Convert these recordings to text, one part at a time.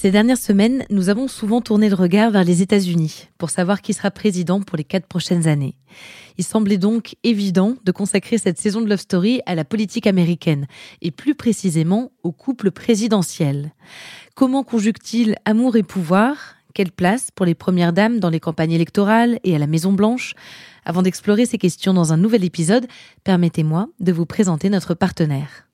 Ces dernières semaines, nous avons souvent tourné le regard vers les États-Unis pour savoir qui sera président pour les 4 prochaines années. Il semblait donc évident de consacrer cette saison de Love Story à la politique américaine et plus précisément au couple présidentiel. Comment conjugue-t-il amour et pouvoir ? Quelle place pour les premières dames dans les campagnes électorales et à la Maison-Blanche ? Avant d'explorer ces questions dans un nouvel épisode, permettez-moi de vous présenter notre partenaire.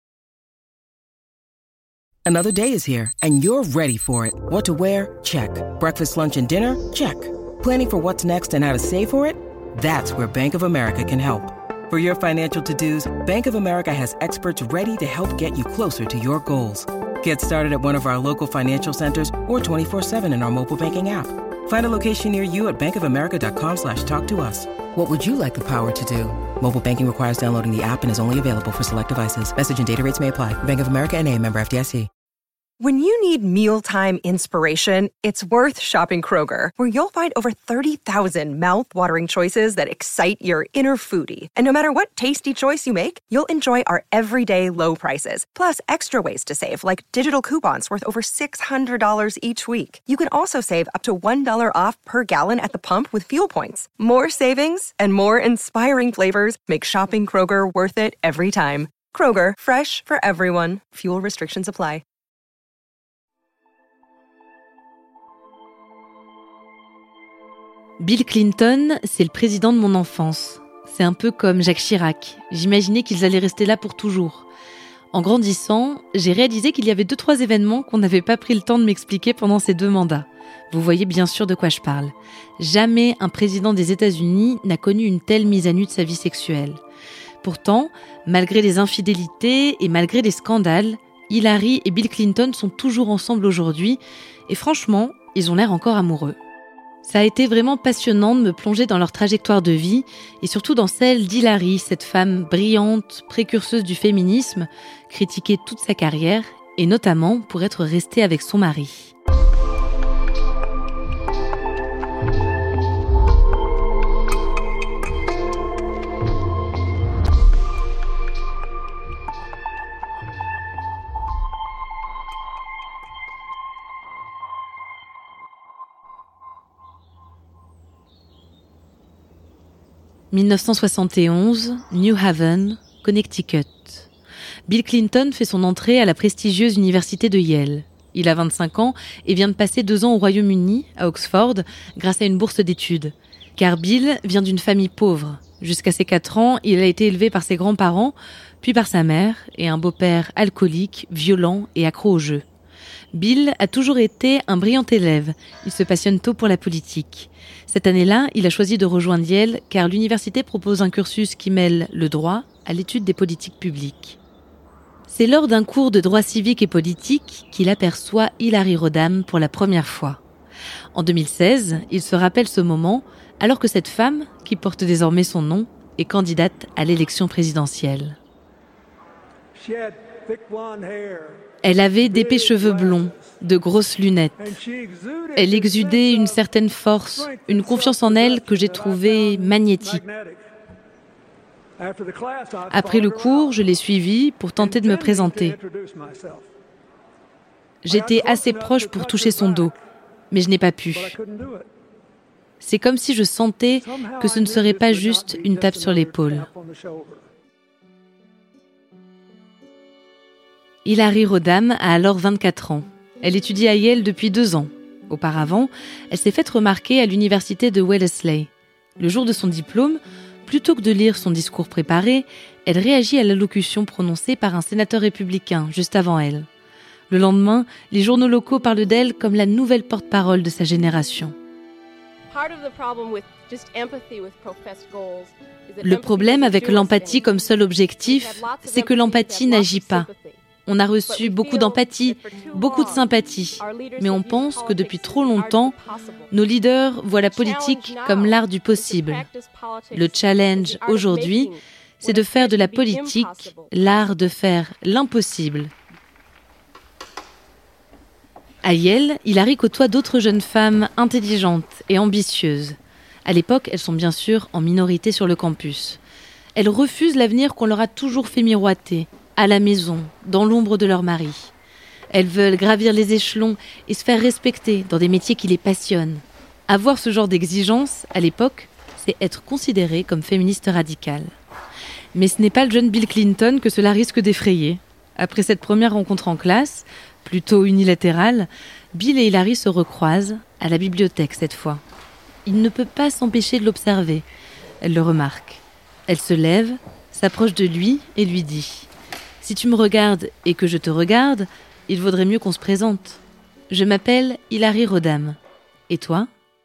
Another day is here, and you're ready for it. What to wear? Check. Breakfast, lunch, and dinner? Check. Planning for what's next and how to save for it? That's where Bank of America can help. For your financial to-dos, Bank of America has experts ready to help get you closer to your goals. Get started at one of our local financial centers or 24/7 in our mobile banking app. Find a location near you at bankofamerica.com/talktous. What would you like the power to do? Mobile banking requires downloading the app and is only available for select devices. Message and data rates may apply. Bank of America N.A., member FDIC. When you need mealtime inspiration, it's worth shopping Kroger, where you'll find over 30,000 mouth-watering choices that excite your inner foodie. And no matter what tasty choice you make, you'll enjoy our everyday low prices, plus extra ways to save, like digital coupons worth over $600 each week. You can also save up to $1 off per gallon at the pump with fuel points. More savings and more inspiring flavors make shopping Kroger worth it every time. Kroger, fresh for everyone. Fuel restrictions apply. Bill Clinton, c'est le président de mon enfance. C'est un peu comme Jacques Chirac. J'imaginais qu'ils allaient rester là pour toujours. En grandissant, j'ai réalisé qu'il y avait 2-3 événements qu'on n'avait pas pris le temps de m'expliquer pendant ces 2 mandats. Vous voyez bien sûr de quoi je parle. Jamais un président des États-Unis n'a connu une telle mise à nu de sa vie sexuelle. Pourtant, malgré les infidélités et malgré les scandales, Hillary et Bill Clinton sont toujours ensemble aujourd'hui et franchement, ils ont l'air encore amoureux. Ça a été vraiment passionnant de me plonger dans leur trajectoire de vie et surtout dans celle d'Hillary, cette femme brillante, précurseuse du féminisme, critiquée toute sa carrière et notamment pour être restée avec son mari. « 1971, New Haven, Connecticut. Bill Clinton fait son entrée à la prestigieuse université de Yale. Il a 25 ans et vient de passer 2 ans au Royaume-Uni, à Oxford, grâce à une bourse d'études. Car Bill vient d'une famille pauvre. Jusqu'à ses 4 ans, il a été élevé par ses grands-parents, puis par sa mère et un beau-père alcoolique, violent et accro au jeu. Bill a toujours été un brillant élève. Il se passionne tôt pour la politique. Cette année-là, il a choisi de rejoindre Yale car l'université propose un cursus qui mêle le droit à l'étude des politiques publiques. C'est lors d'un cours de droit civique et politique qu'il aperçoit Hillary Rodham pour la première fois. En 2016, il se rappelle ce moment alors que cette femme, qui porte désormais son nom, est candidate à l'élection présidentielle. Elle avait d'épais cheveux blonds, de grosses lunettes. Elle exudait une certaine force, une confiance en elle que j'ai trouvée magnétique. Après le cours, je l'ai suivie pour tenter de me présenter. J'étais assez proche pour toucher son dos, mais je n'ai pas pu. C'est comme si je sentais que ce ne serait pas juste une tape sur l'épaule. Hillary Rodham a alors 24 ans. Elle étudie à Yale depuis 2 ans. Auparavant, elle s'est faite remarquer à l'université de Wellesley. Le jour de son diplôme, plutôt que de lire son discours préparé, elle réagit à l'allocution prononcée par un sénateur républicain juste avant elle. Le lendemain, les journaux locaux parlent d'elle comme la nouvelle porte-parole de sa génération. Le problème avec l'empathie comme seul objectif, c'est que l'empathie n'agit pas. On a reçu beaucoup d'empathie, beaucoup de sympathie, mais on pense que depuis trop longtemps, nos leaders voient la politique comme l'art du possible. Le challenge aujourd'hui, c'est de faire de la politique l'art de faire l'impossible. À Yale, Hillary côtoie d'autres jeunes femmes intelligentes et ambitieuses. À l'époque, elles sont bien sûr en minorité sur le campus. Elles refusent l'avenir qu'on leur a toujours fait miroiter, à la maison, dans l'ombre de leur mari. Elles veulent gravir les échelons et se faire respecter dans des métiers qui les passionnent. Avoir ce genre d'exigence, à l'époque, c'est être considéré comme féministe radical. Mais ce n'est pas le jeune Bill Clinton que cela risque d'effrayer. Après cette première rencontre en classe, plutôt unilatérale, Bill et Hilary se recroisent, à la bibliothèque cette fois. Il ne peut pas s'empêcher de l'observer. Elle le remarque. Elle se lève, s'approche de lui et lui dit « Si tu me regardes et que je te regarde, il vaudrait mieux qu'on se présente. Je m'appelle Hilary Rodham. Et toi ?»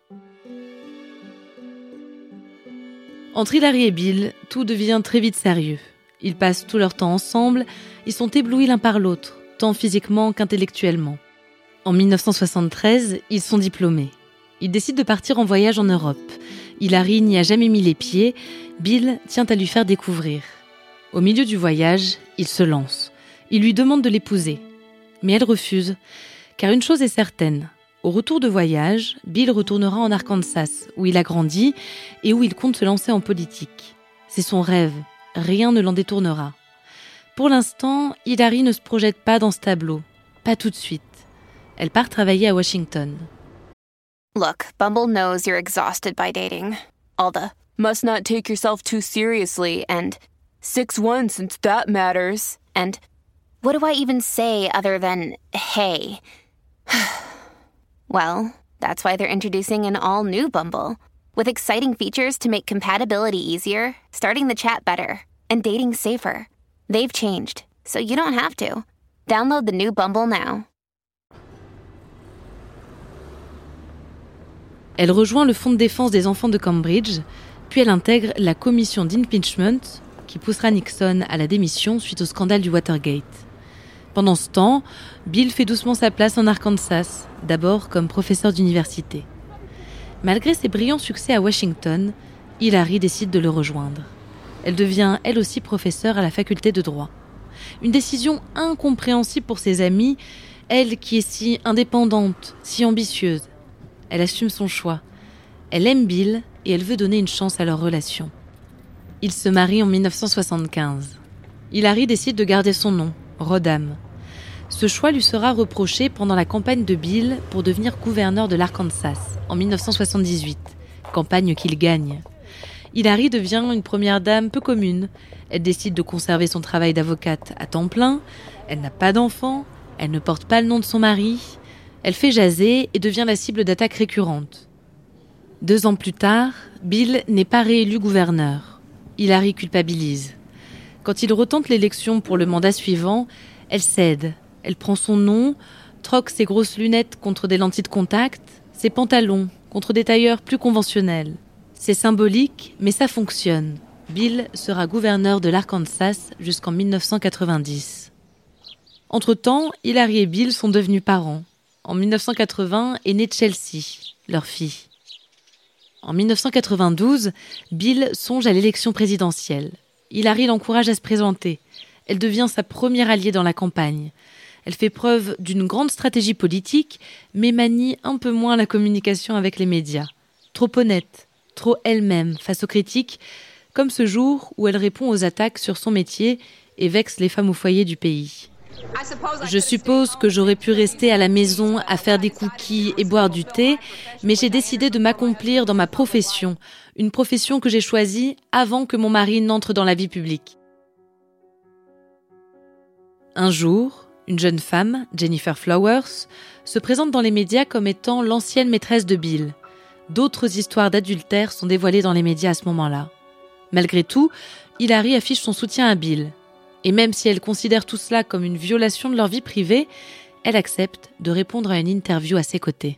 Entre Hilary et Bill, tout devient très vite sérieux. Ils passent tout leur temps ensemble, ils sont éblouis l'un par l'autre, tant physiquement qu'intellectuellement. En 1973, ils sont diplômés. Ils décident de partir en voyage en Europe. Hilary n'y a jamais mis les pieds, Bill tient à lui faire découvrir. Au milieu du voyage, il se lance. Il lui demande de l'épouser. Mais elle refuse, car une chose est certaine. Au retour de voyage, Bill retournera en Arkansas, où il a grandi et où il compte se lancer en politique. C'est son rêve, rien ne l'en détournera. Pour l'instant, Hilary ne se projette pas dans ce tableau, pas tout de suite. Elle part travailler à Washington. Look, Bumble knows you're exhausted by dating. All the must not take yourself too seriously and 6'1" since that matters. And what do I even say other than hey? Well, that's why they're introducing an all-new Bumble, with exciting features to make compatibility easier, starting the chat better, and dating safer. They've changed, so you don't have to. Download the new Bumble now. Elle rejoint le Fonds de défense des enfants de Cambridge, puis elle intègre la commission d'impeachment qui poussera Nixon à la démission suite au scandale du Watergate. Pendant ce temps, Bill fait doucement sa place en Arkansas, d'abord comme professeur d'université. Malgré ses brillants succès à Washington, Hilary décide de le rejoindre. Elle devient elle aussi professeure à la faculté de droit. Une décision incompréhensible pour ses amis, elle qui est si indépendante, si ambitieuse. Elle assume son choix. Elle aime Bill et elle veut donner une chance à leur relation. Ils se marient en 1975. Hilary décide de garder son nom, Rodham. Ce choix lui sera reproché pendant la campagne de Bill pour devenir gouverneur de l'Arkansas en 1978, campagne qu'il gagne. Hilary devient une première dame peu commune. Elle décide de conserver son travail d'avocate à temps plein. Elle n'a pas d'enfant. Elle ne porte pas le nom de son mari. Elle fait jaser et devient la cible d'attaques récurrentes. 2 ans plus tard, Bill n'est pas réélu gouverneur. Hilary culpabilise. Quand il retente l'élection pour le mandat suivant, elle cède. Elle prend son nom, troque ses grosses lunettes contre des lentilles de contact, ses pantalons contre des tailleurs plus conventionnels. C'est symbolique, mais ça fonctionne. Bill sera gouverneur de l'Arkansas jusqu'en 1990. Entre-temps, Hilary et Bill sont devenus parents. En 1980 est née Chelsea, leur fille. En 1992, Bill songe à l'élection présidentielle. Hilary l'encourage à se présenter. Elle devient sa première alliée dans la campagne. Elle fait preuve d'une grande stratégie politique, mais manie un peu moins la communication avec les médias. Trop honnête, trop elle-même face aux critiques, comme ce jour où elle répond aux attaques sur son métier et vexe les femmes au foyer du pays. Je suppose que j'aurais pu rester à la maison à faire des cookies et boire du thé, mais j'ai décidé de m'accomplir dans ma profession, une profession que j'ai choisie avant que mon mari n'entre dans la vie publique. Un jour, une jeune femme, Jennifer Flowers, se présente dans les médias comme étant l'ancienne maîtresse de Bill. D'autres histoires d'adultère sont dévoilées dans les médias à ce moment-là. Malgré tout, Hilary affiche son soutien à Bill. Et même si elle considère tout cela comme une violation de leur vie privée, elle accepte de répondre à une interview à ses côtés.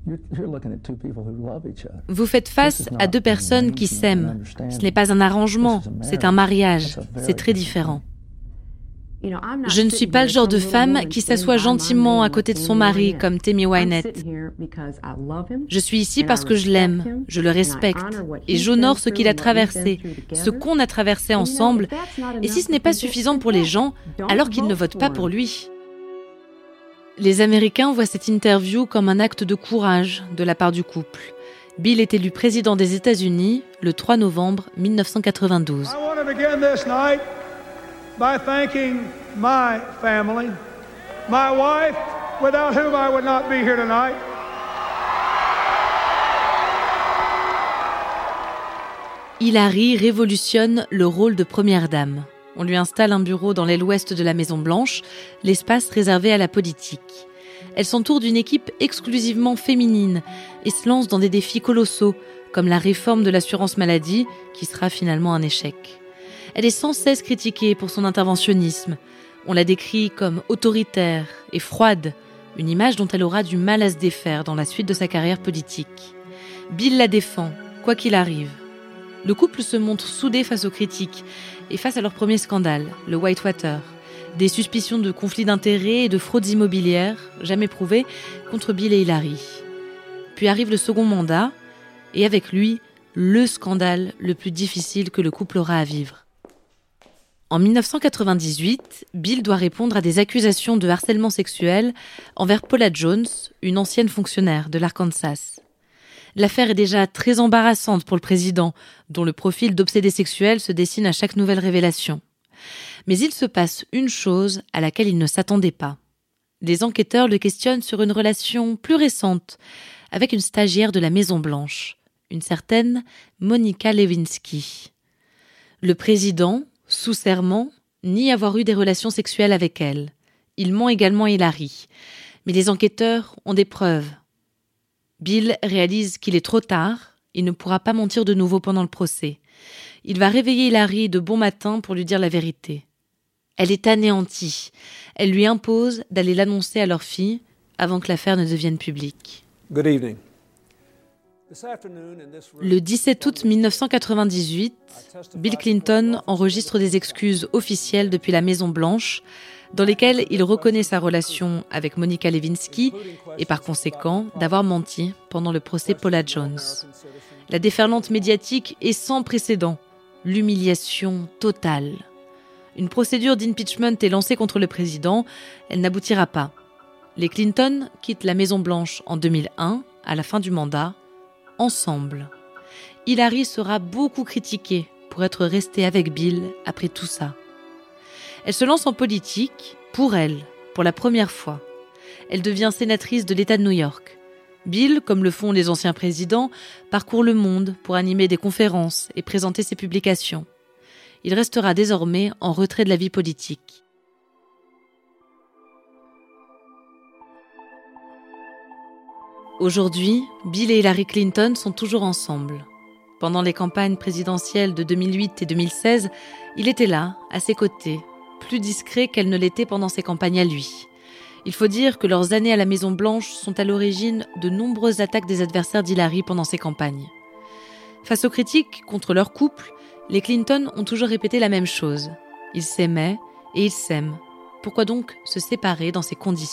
Vous faites face à 2 personnes qui s'aiment. Ce n'est pas un arrangement, c'est un mariage. C'est très différent. Je ne suis pas le genre de femme qui s'assoit gentiment à côté de son mari comme Tammy Wynette. Je suis ici parce que je l'aime, je le respecte et j'honore ce qu'il a traversé, ce qu'on a traversé ensemble. Et si ce n'est pas suffisant pour les gens, alors qu'ils ne votent pas pour lui. Les Américains voient cette interview comme un acte de courage de la part du couple. Bill est élu président des États-Unis le 3 novembre 1992. By thanking my family my wife, without whom I would not be here tonight. Hillary révolutionne le rôle de première dame. On lui installe un bureau dans l'aile ouest de la Maison-Blanche, l'espace réservé à la politique. Elle s'entoure d'une équipe exclusivement féminine et se lance dans des défis colossaux, comme la réforme de l'assurance maladie, qui sera finalement un échec. Elle est sans cesse critiquée pour son interventionnisme. On la décrit comme autoritaire et froide, une image dont elle aura du mal à se défaire dans la suite de sa carrière politique. Bill la défend, quoi qu'il arrive. Le couple se montre soudé face aux critiques et face à leur premier scandale, le Whitewater. Des suspicions de conflits d'intérêts et de fraudes immobilières, jamais prouvées, contre Bill et Hillary. Puis arrive le second mandat, et avec lui, le scandale le plus difficile que le couple aura à vivre. En 1998, Bill doit répondre à des accusations de harcèlement sexuel envers Paula Jones, une ancienne fonctionnaire de l'Arkansas. L'affaire est déjà très embarrassante pour le président, dont le profil d'obsédé sexuel se dessine à chaque nouvelle révélation. Mais il se passe une chose à laquelle il ne s'attendait pas. Les enquêteurs le questionnent sur une relation plus récente, avec une stagiaire de la Maison-Blanche, une certaine Monica Lewinsky. Le président, sous serment, nie avoir eu des relations sexuelles avec elle. Il ment également Hillary. Mais les enquêteurs ont des preuves. Bill réalise qu'il est trop tard, il ne pourra pas mentir de nouveau pendant le procès. Il va réveiller Hillary de bon matin pour lui dire la vérité. Elle est anéantie. Elle lui impose d'aller l'annoncer à leur fille avant que l'affaire ne devienne publique. Good evening. Le 17 août 1998, Bill Clinton enregistre des excuses officielles depuis la Maison-Blanche, dans lesquelles il reconnaît sa relation avec Monica Lewinsky et par conséquent d'avoir menti pendant le procès Paula Jones. La déferlante médiatique est sans précédent, l'humiliation totale. Une procédure d'impeachment est lancée contre le président, elle n'aboutira pas. Les Clinton quittent la Maison-Blanche en 2001, à la fin du mandat, ensemble. Hillary sera beaucoup critiquée pour être restée avec Bill après tout ça. Elle se lance en politique, pour la première fois. Elle devient sénatrice de l'État de New York. Bill, comme le font les anciens présidents, parcourt le monde pour animer des conférences et présenter ses publications. Il restera désormais en retrait de la vie politique. Aujourd'hui, Bill et Hillary Clinton sont toujours ensemble. Pendant les campagnes présidentielles de 2008 et 2016, il était là, à ses côtés, plus discret qu'elle ne l'était pendant ses campagnes à lui. Il faut dire que leurs années à la Maison-Blanche sont à l'origine de nombreuses attaques des adversaires d'Hillary pendant ses campagnes. Face aux critiques contre leur couple, les Clinton ont toujours répété la même chose. Ils s'aimaient et ils s'aiment. Pourquoi donc se séparer dans ces conditions ?